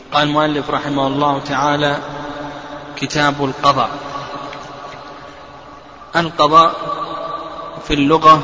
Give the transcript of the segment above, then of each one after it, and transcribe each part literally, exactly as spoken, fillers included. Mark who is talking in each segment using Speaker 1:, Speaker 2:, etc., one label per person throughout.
Speaker 1: قال المؤلف رحمه الله تعالى: كتاب القضاء. القضاء في اللغة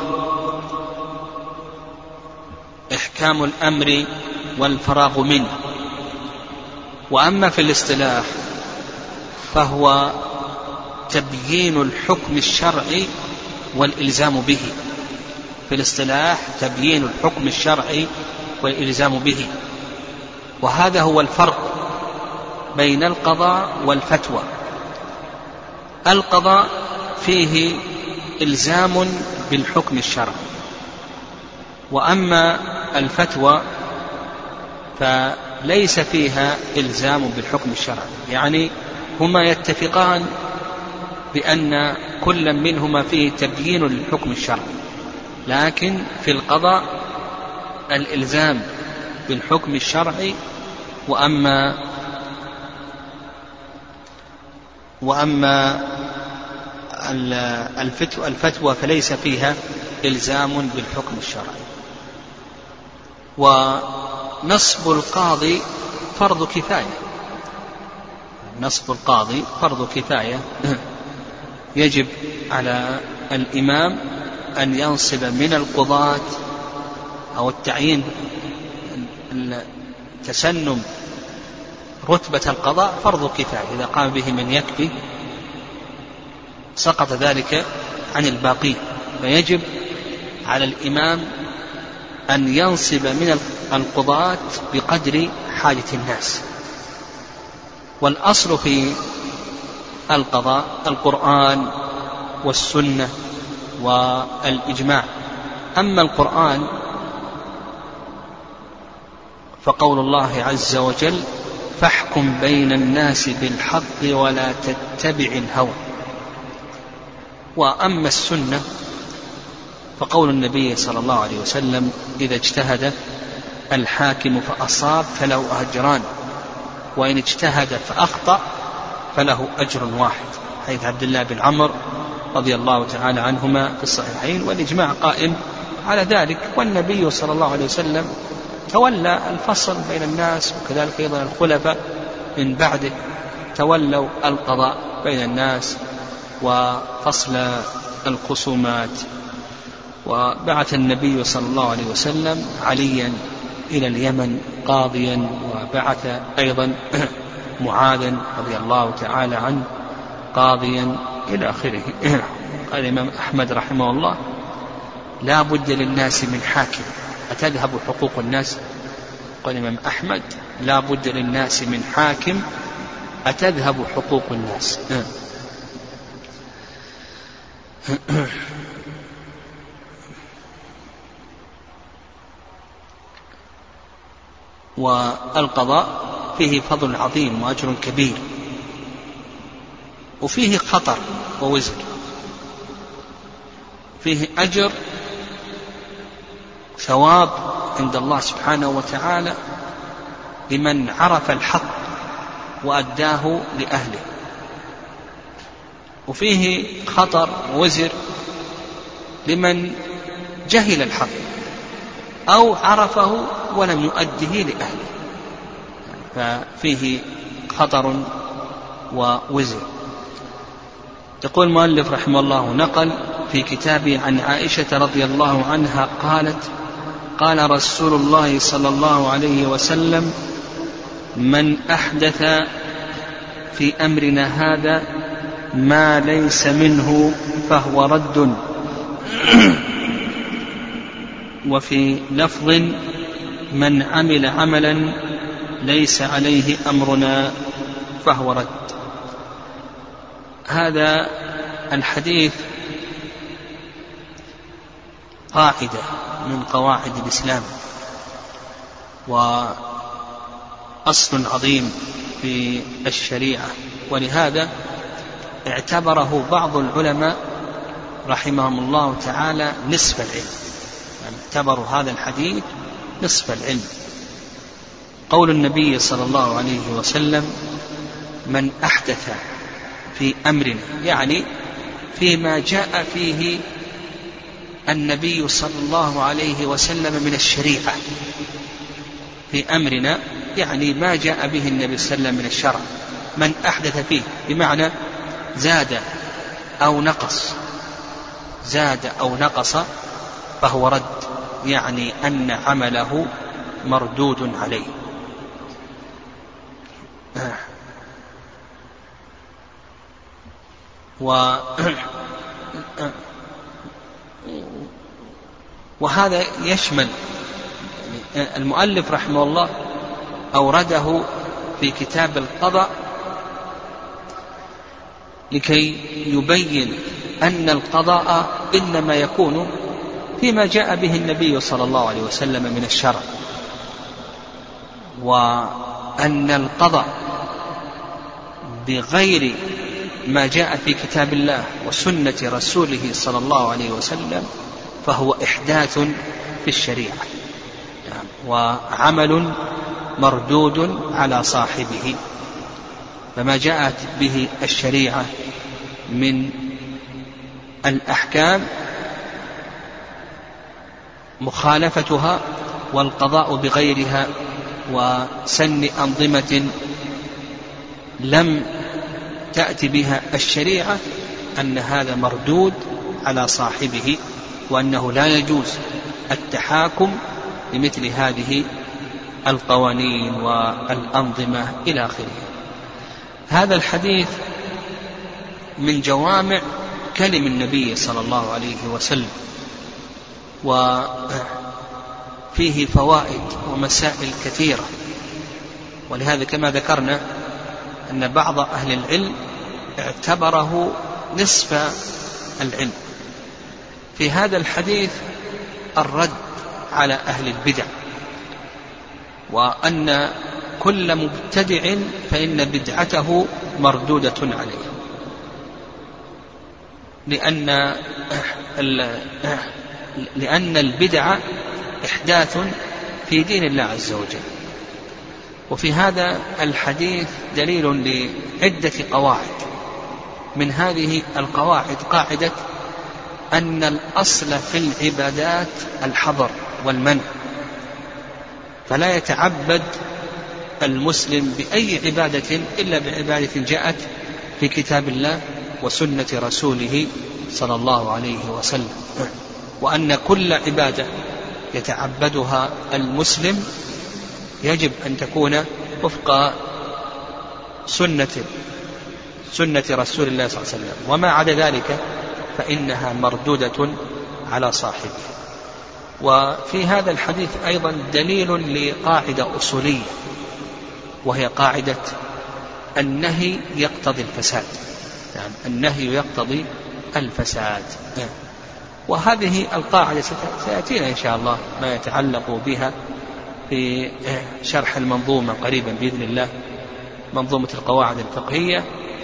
Speaker 1: إحكام الأمر والفراغ منه، وأما في الاصطلاح فهو تبيين الحكم الشرعي والإلزام به. في الاصطلاح تبيين الحكم الشرعي والإلزام به، وهذا هو الفرق بين القضاء والفتوى. القضاء فيه إلزام بالحكم الشرعي، وأما الفتوى فليس فيها إلزام بالحكم الشرعي، يعني هما يتفقان بأن كل منهما فيه تبيين للحكم الشرعي، لكن في القضاء الإلزام بالحكم الشرعي، وأما وأما الفتوى, الفتوى فليس فيها إلزام بالحكم الشرعي. ونصب القاضي فرض كفاية، نصب القاضي فرض كفاية، يجب على الإمام أن ينصب من القضاة، أو التعيين تسنم رتبة القضاء فرض كفاية، إذا قام به من يكفي سقط ذلك عن الباقي، فيجب على الإمام أن ينصب من القضاة بقدر حاجة الناس. والأصل في القضاء القرآن والسنة والإجماع. أما القرآن فقول الله عز وجل: فاحكم بين الناس بالحق ولا تتبع الهوى. وأما السنة فقول النبي صلى الله عليه وسلم: إذا اجتهد الحاكم فأصاب فله أجران، وإن اجتهد فأخطأ فله أجر واحد، حيث عبد الله بن عمرو رضي الله تعالى عنهما في الصحيحين، والإجماع قائم على ذلك. والنبي صلى الله عليه وسلم تولى الفصل بين الناس، وكذلك أيضا الخلفاء من بعده تولوا القضاء بين الناس وفصل الخصومات. وبعث النبي صلى الله عليه وسلم عليا إلى اليمن قاضيا، وبعث أيضا معاذا رضي الله تعالى عنه قاضيا إلى آخره. قال الإمام أحمد رحمه الله: لا بد للناس من حاكم أتذهب حقوق الناس. قال الإمام أحمد: لا بد للناس من حاكم أتذهب حقوق الناس. والقضاء فيه فضل عظيم وأجر كبير، وفيه خطر ووزر. فيه أجر ثواب عند الله سبحانه وتعالى لمن عرف الحق وأداه لأهله، وفيه خطر ووزر لمن جهل الحق أو عرفه ولم يؤده لأهله، ففيه خطر ووزر. يقول المؤلف رحمه الله: نقل في كتابه عن عائشة رضي الله عنها قالت: قال رسول الله صلى الله عليه وسلم: من أحدث في أمرنا هذا ما ليس منه فهو رد. وفي لفظ: من عمل عملا ليس عليه أمرنا فهو رد. هذا الحديث قاعدة من قواعد الإسلام، وأصل عظيم في الشريعة، ولهذا اعتبره بعض العلماء رحمهم الله تعالى نصف العلم، يعني اعتبروا هذا الحديث نصف العلم. قول النبي صلى الله عليه وسلم: من أحدث في أمرنا، يعني فيما جاء فيه النبي صلى الله عليه وسلم من الشريعة، في أمرنا يعني ما جاء به النبي صلى الله عليه وسلم من الشرع، من أحدث فيه بمعنى زاد أو نقص، زاد أو نقص فهو رد، يعني أن عمله مردود عليه. و وهذا يشمل المؤلف رحمه الله أورده في كتاب القضاء لكي يبين أن القضاء إنما يكون فيما جاء به النبي صلى الله عليه وسلم من الشرع، وأن القضاء بغير ما جاء في كتاب الله وسنة رسوله صلى الله عليه وسلم فهو إحداث في الشريعة وعمل مردود على صاحبه. فما جاءت به الشريعة من الأحكام مخالفتها والقضاء بغيرها وسن أنظمة لم تأتي بها الشريعة أن هذا مردود على صاحبه، وأنه لا يجوز التحاكم لمثل هذه القوانين والأنظمة إلى آخره. هذا الحديث من جوامع كلم النبي صلى الله عليه وسلم، وفيه فوائد ومسائل كثيرة، ولهذا كما ذكرنا أن بعض أهل العلم اعتبره نصف العلم. في هذا الحديث الرد على أهل البدع، وأن كل مبتدع فإن بدعته مردودة عليه، لأن لأن البدع إحداث في دين الله عز وجل. وفي هذا الحديث دليل لعدة قواعد، من هذه القواعد قاعدة أن الأصل في العبادات الحظر والمنع، فلا يتعبد المسلم بأي عبادة إلا بعبادة جاءت في كتاب الله وسنة رسوله صلى الله عليه وسلم، وأن كل عبادة يتعبدها المسلم يجب أن تكون وفق سنة سنة رسول الله صلى الله عليه وسلم، وما عدا ذلك فإنها مردودة على صاحبه. وفي هذا الحديث أيضا دليل لقاعدة أصولية، وهي قاعدة النهي يقتضي الفساد، يعني النهي يقتضي الفساد. وهذه القاعدة سيأتينا إن شاء الله ما يتعلق بها في شرح المنظومة قريبا بإذن الله، منظومة القواعد الفقهية.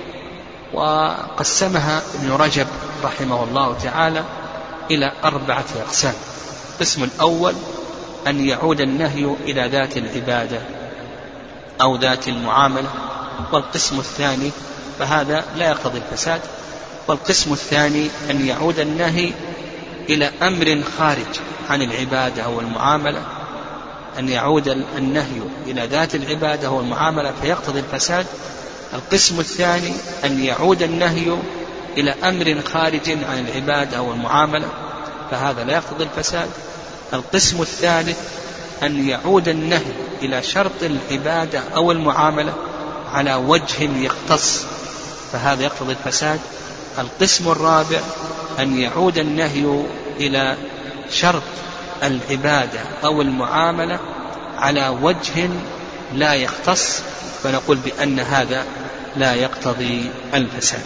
Speaker 1: وقسمها ابن رجب رحمه الله تعالى إلى أربعة أقسام. القسم الأول أن يعود النهي إلى ذات العبادة أو ذات المعاملة، والقسم الثاني فهذا لا يقتضي الفساد، والقسم الثاني أن يعود النهي إلى أمر خارج عن العبادة أو المعاملة، أن يعود النهي إلى ذات العبادة أو المعاملة فيقتضي الفساد. القسم الثاني أن يعود النهي إلى أمر خارج عن العبادة أو المعاملة فهذا لا يقتضي الفساد. القسم الثالث أن يعود النهي إلى شرط العبادة أو المعاملة على وجه يختص فهذا يقتضي الفساد. القسم الرابع أن يعود النهي إلى شرط العبادة أو المعاملة على وجه لا يختص فنقول بأن هذا لا يقتضي الفساد.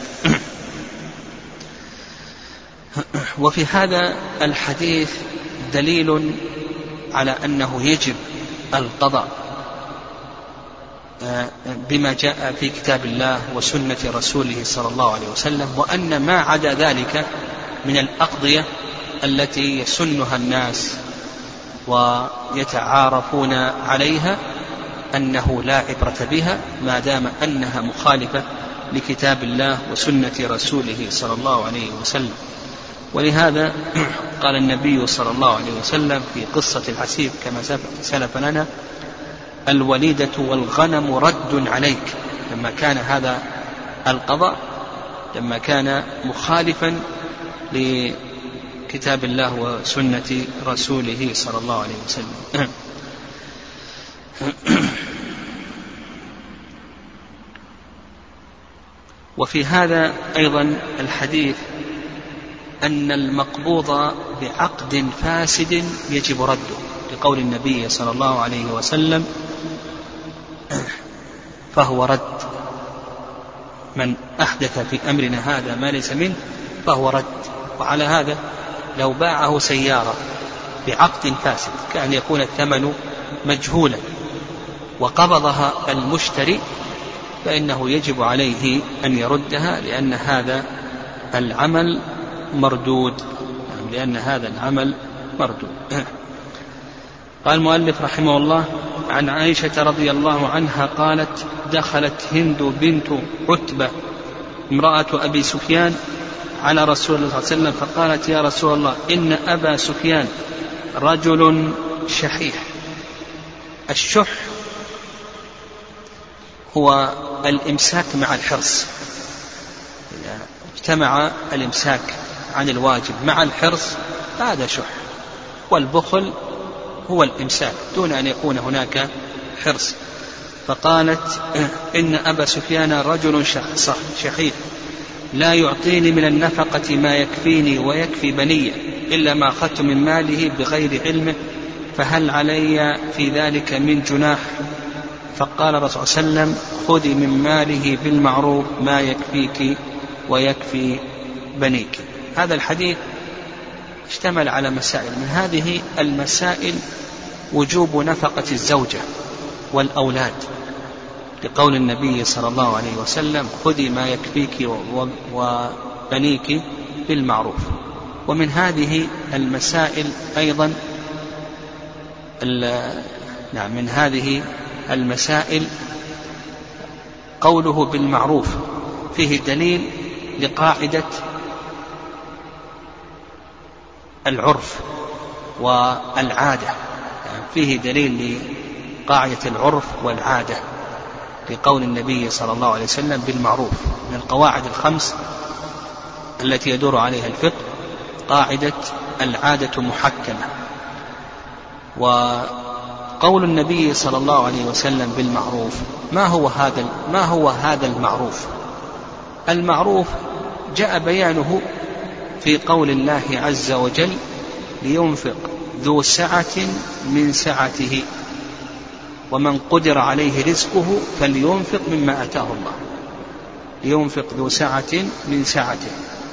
Speaker 1: وفي هذا الحديث دليل على أنه يجب القضاء بما جاء في كتاب الله وسنة رسوله صلى الله عليه وسلم، وأن ما عدا ذلك من الأقضية التي يسنها الناس ويتعارفون عليها أنه لا عبرة بها ما دام أنها مخالفة لكتاب الله وسنة رسوله صلى الله عليه وسلم. ولهذا قال النبي صلى الله عليه وسلم في قصة العسير كما سلف لنا الوليدة والغنم رد عليك، لما كان هذا القضاء لما كان مخالفا لكتاب الله وسنة رسوله صلى الله عليه وسلم. وفي هذا أيضا الحديث أن المقبوض بعقد فاسد يجب رده، لقول النبي صلى الله عليه وسلم: فهو رد، من أحدث في أمرنا هذا ما ليس منه فهو رد. وعلى هذا لو باعه سيارة بعقد فاسد كأن يكون الثمن مجهولا وقبضها المشتري فإنه يجب عليه أن يردها، لأن هذا العمل مردود، لأن هذا العمل مردود. قال المؤلف رحمه الله: عن عائشة رضي الله عنها قالت: دخلت هند بنت عتبة امرأة أبي سفيان على رسول الله صلى الله عليه وسلم فقالت: يا رسول الله، إن أبا سفيان رجل شحيح. الشح هو الإمساك مع الحرص، إذا اجتمع الإمساك عن الواجب مع الحرص هذا شح، والبخل هو الإمساك دون أن يكون هناك حرص. فقالت: إن أبا سفيان رجل شحيح لا يعطيني من النفقة ما يكفيني ويكفي بني إلا ما أخذت من ماله بغير علمه، فهل علي في ذلك من جناح؟ فقال الرسول صلى الله عليه وسلم: خذي من ماله بالمعروف ما يكفيك ويكفي بنيك. هذا الحديث اشتمل على مسائل، من هذه المسائل وجوب نفقة الزوجة والأولاد، لقول النبي صلى الله عليه وسلم: خذي ما يكفيك وبنيك بالمعروف. ومن هذه المسائل أيضا نعم من هذه المسائل قوله بالمعروف، فيه دليل لقاعدة العرف والعادة، يعني فيه دليل لقاعدة العرف والعادة لقول النبي صلى الله عليه وسلم بالمعروف. من القواعد الخمس التي يدور عليها الفقه قاعدة العادة محكمة. وقول النبي صلى الله عليه وسلم بالمعروف، ما هو هذا ما هو هذا المعروف؟ المعروف جاء بيانه في قول الله عز وجل: لينفق ذو سعة من سعته ومن قدر عليه رزقه فلينفق مما آتاه الله. لينفق ذو سعة من سعته،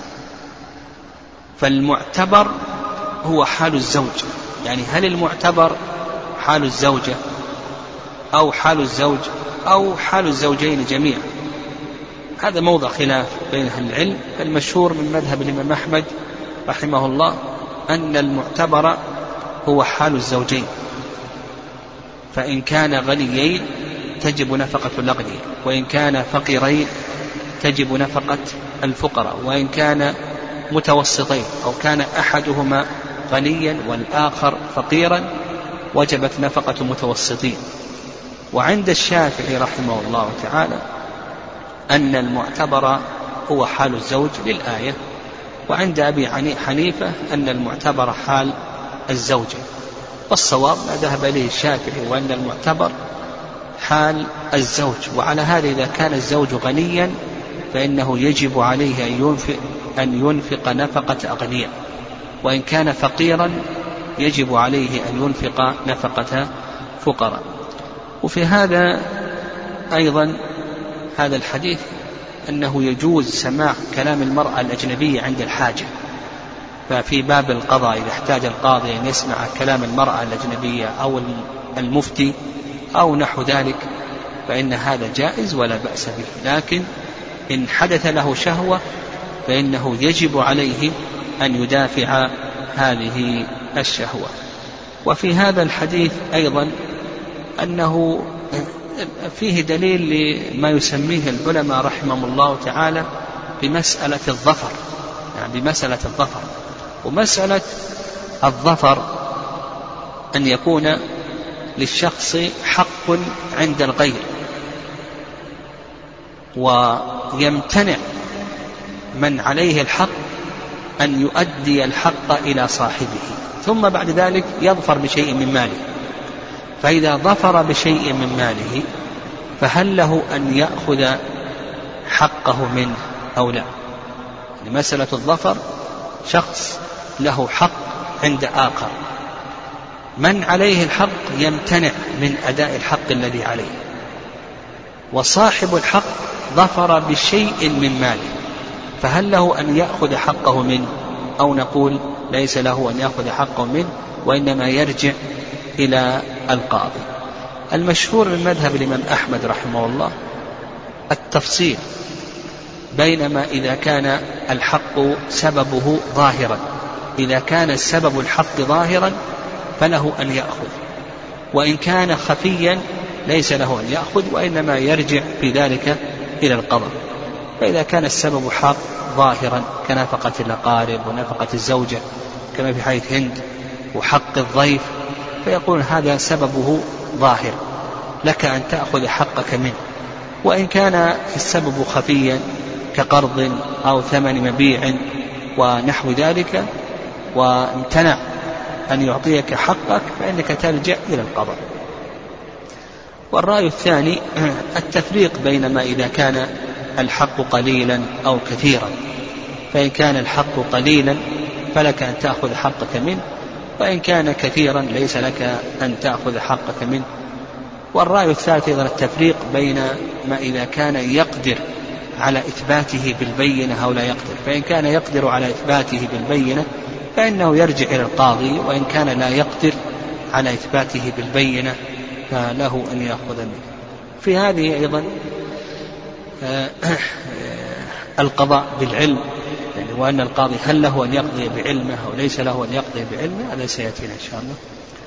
Speaker 1: فالمعتبر هو حال الزوج، يعني هل المعتبر حال الزوجة أو حال الزوج أو حال الزوجين جميعا؟ هذا موضع خلاف بين أهل العلم. المشهور من مذهب الإمام أحمد رحمه الله أن المعتبر هو حال الزوجين، فإن كان غنيين تجب نفقة الأغنياء، وإن كان فقيرين تجب نفقة الفقراء، وإن كان متوسطين أو كان أحدهما غنيا والآخر فقيرا وجبت نفقة المتوسطين. وعند الشافعي رحمه الله تعالى أن المعتبر هو حال الزوج للآية، وعند أبي حنيفة أن المعتبر حال الزوجة. والصواب ما ذهب إليه الشافعي، وأن المعتبر حال الزوج. وعلى هذا إذا كان الزوج غنيا فإنه يجب عليه أن ينفق, أن ينفق نفقة أغنياء، وإن كان فقيرا يجب عليه أن ينفق نفقة فقراء. وفي هذا أيضا هذا الحديث أنه يجوز سماع كلام المرأة الأجنبية عند الحاجة، ففي باب القضاء إذا احتاج القاضي أن يسمع كلام المرأة الأجنبية أو المفتي أو نحو ذلك فإن هذا جائز ولا بأس به، لكن إن حدث له شهوة فإنه يجب عليه أن يدافع هذه الشهوة. وفي هذا الحديث أيضا أنه فيه دليل لما يسميه العلماء رحمهم الله تعالى بمسألة الظفر، يعني بمسألة الظفر. ومسألة الظفر أن يكون للشخص حق عند الغير ويمتنع من عليه الحق أن يؤدي الحق إلى صاحبه، ثم بعد ذلك يظفر بشيء من ماله، فإذا ظفر بشيء من ماله فهل له أن يأخذ حقه منه أو لا؟ لمسألة الظفر شخص له حق عند آخر، من عليه الحق يمتنع من أداء الحق الذي عليه، وصاحب الحق ظفر بشيء من ماله، فهل له أن يأخذ حقه منه أو نقول ليس له أن يأخذ حقه منه وإنما يرجع إلى القاضي؟ المشهور من مذهب الإمام أحمد رحمه الله التفصيل بينما إذا كان الحق سببه ظاهرا، إذا كان السبب الحق ظاهرا فله أن يأخذ، وإن كان خفيا ليس له أن يأخذ وإنما يرجع في ذلك إلى القضاء. فإذا كان السبب حق ظاهرا كنفقة الأقارب ونفقة الزوجة كما في حديث هند وحق الضيف، فيقول هذا سببه ظاهر لك أن تأخذ حقك منه، وإن كان السبب خفيا كقرض أو ثمن مبيع ونحو ذلك وامتنع أن يعطيك حقك فإنك ترجع إلى القضاء. والرأي الثاني التفريق بين ما إذا كان الحق قليلا أو كثيرا، فإن كان الحق قليلا فلك أن تأخذ حقك منه، وإن كان كثيرا ليس لك أن تأخذ حقك منه. والرأي الثالث أيضا التفريق بين ما إذا كان يقدر على إثباته بالبينة أو لا يقدر، فإن كان يقدر على إثباته بالبينة فإنه يرجع إلى القاضي، وإن كان لا يقدر على إثباته بالبينة فله أن يأخذ منه. في هذه أيضا القضاء بالعلم، يعني وأن القاضي هل له أن يقضي بعلمه أو ليس له أن يقضي بعلمه، هذا سيأتينا إن شاء الله.